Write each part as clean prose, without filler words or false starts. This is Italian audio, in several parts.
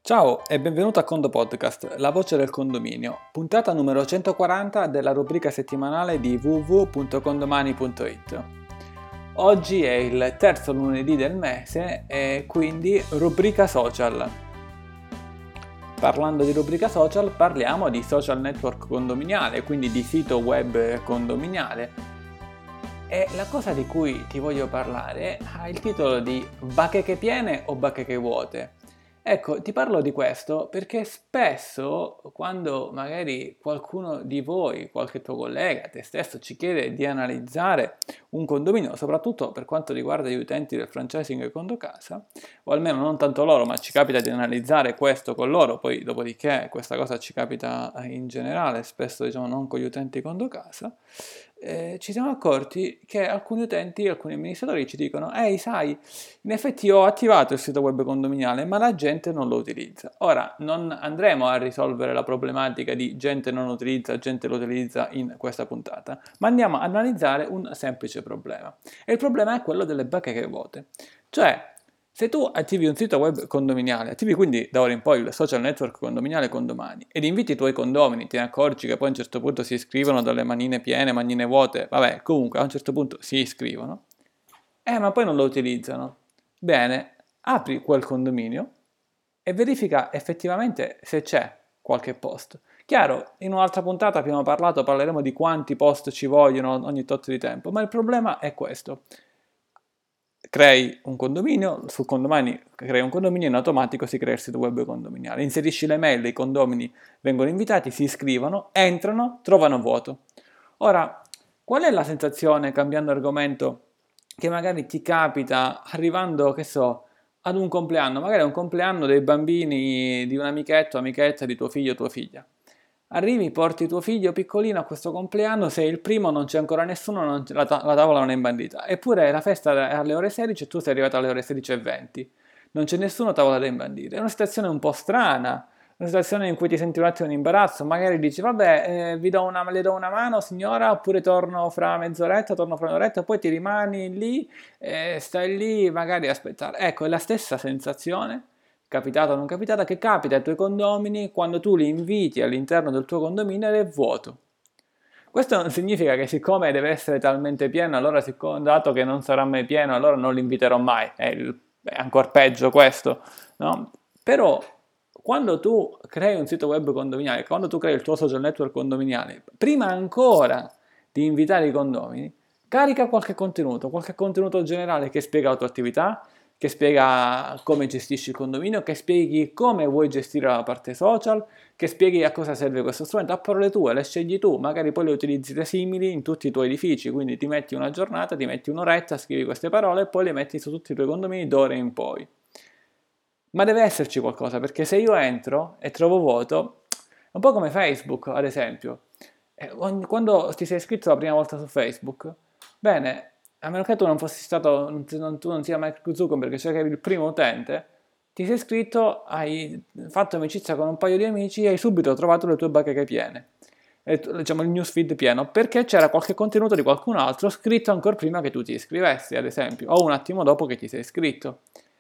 Ciao e benvenuto a Condo Podcast, la voce del condominio, puntata numero 140 della rubrica settimanale di www.condomani.it. Oggi è il terzo lunedì del mese e quindi rubrica social. Parlando di rubrica social parliamo di social network condominiale, quindi di sito web condominiale. E la cosa di cui ti voglio parlare ha il titolo di bacheche piene o bacheche vuote. Ecco, ti parlo di questo perché spesso quando magari qualcuno di voi, qualche tuo collega, te stesso ci chiede di analizzare un condominio, soprattutto per quanto riguarda gli utenti del franchising Condo Casa, o almeno non tanto loro, ma ci capita di analizzare questo con loro, poi dopodiché questa cosa ci capita in generale, spesso diciamo non con gli utenti Condo Casa, ci siamo accorti che alcuni utenti, alcuni amministratori ci dicono: ehi, sai, in effetti ho attivato il sito web condominiale, ma la gente non lo utilizza. Ora, non andremo a risolvere la problematica di gente non utilizza, gente lo utilizza in questa puntata, ma andiamo a analizzare un semplice problema. E il problema è quello delle bacheche vuote. Cioè, se tu attivi un sito web condominiale, attivi quindi da ora in poi il social network condominiale Condomani ed inviti i tuoi condomini, ti ne accorgi che poi a un certo punto si iscrivono dalle manine piene, manine vuote, vabbè, comunque a un certo punto si iscrivono, ma poi non lo utilizzano. Bene, apri quel condominio e verifica effettivamente se c'è qualche post. Chiaro, in un'altra puntata parleremo di quanti post ci vogliono ogni tot di tempo, ma il problema è questo. Crei un condominio, su Condomani crei un condominio e in automatico si crea il sito web condominiale. Inserisci le mail, i condomini vengono invitati, si iscrivono, entrano, trovano vuoto. Ora, qual è la sensazione, cambiando argomento, che magari ti capita arrivando, che so, ad un compleanno, magari è un compleanno dei bambini di un amichetto, amichetta di tuo figlio o tua figlia. Arrivi, porti tuo figlio piccolino a questo compleanno, sei il primo, non c'è ancora nessuno, la tavola non è imbandita. Eppure la festa è alle ore 16 e tu sei arrivato alle ore 16:20. Non c'è nessuno, tavola da imbandire. È una situazione un po' strana, una situazione in cui ti senti un attimo in imbarazzo. Magari dici, vabbè, le do una mano signora, oppure torno fra mezz'oretta, torno fra un'oretta, poi ti rimani lì, stai lì magari a aspettare. Ecco, è la stessa sensazione, capitata o non capitata, che capita ai tuoi condomini quando tu li inviti all'interno del tuo condominio ed è vuoto. Questo non significa che siccome deve essere talmente pieno, allora dato che non sarà mai pieno, allora non li inviterò mai. È ancora peggio questo, no? Però quando tu crei un sito web condominiale, quando tu crei il tuo social network condominiale, prima ancora di invitare i condomini, carica qualche contenuto generale che spiega la tua attività, che spiega come gestisci il condominio, che spieghi come vuoi gestire la parte social, che spieghi a cosa serve questo strumento, a parole tue, le scegli tu, magari poi le utilizzi da simili in tutti i tuoi edifici, quindi ti metti una giornata, ti metti un'oretta, scrivi queste parole e poi le metti su tutti i tuoi condomini d'ora in poi. Ma deve esserci qualcosa, perché se io entro e trovo vuoto, è un po' come Facebook, ad esempio. Quando ti sei iscritto la prima volta su Facebook, bene, a meno che tu non fossi stato, tu non sia Mark Zuckerberg, cioè che eri il primo utente, ti sei iscritto, hai fatto amicizia con un paio di amici e hai subito trovato le tue bacheche piene, diciamo il newsfeed pieno, perché c'era qualche contenuto di qualcun altro scritto ancora prima che tu ti iscrivessi, ad esempio, o un attimo dopo che ti sei iscritto.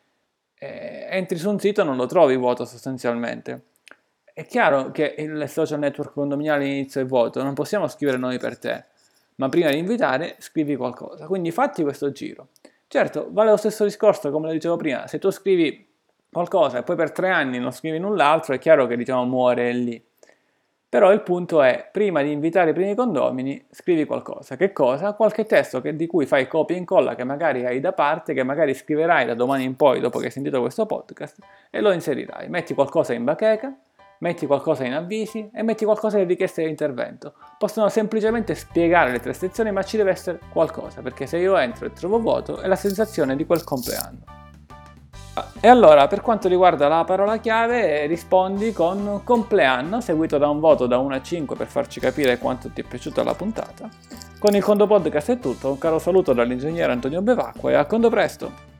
Entri su un sito e non lo trovi vuoto sostanzialmente. È chiaro che il social network condominiale inizio è vuoto, non possiamo scrivere noi per te, ma prima di invitare scrivi qualcosa, quindi fatti questo giro. Certo, vale lo stesso discorso, come lo dicevo prima, se tu scrivi qualcosa e poi per 3 anni non scrivi null'altro, è chiaro che diciamo muore lì. Però il punto è, prima di invitare i primi condomini, scrivi qualcosa. Che cosa? Qualche testo di cui fai copia e incolla, che magari hai da parte, che magari scriverai da domani in poi, dopo che hai sentito questo podcast, e lo inserirai. Metti qualcosa in bacheca, metti qualcosa in avvisi e metti qualcosa in richieste di intervento. Possono semplicemente spiegare le 3 sezioni, ma ci deve essere qualcosa, perché se io entro e trovo vuoto, è la sensazione di quel compleanno. E allora, per quanto riguarda la parola chiave, rispondi con compleanno, seguito da un voto da 1 a 5 per farci capire quanto ti è piaciuta la puntata. Con il Condo Podcast è tutto, un caro saluto dall'ingegnere Antonio Bevacqua e a Condo presto!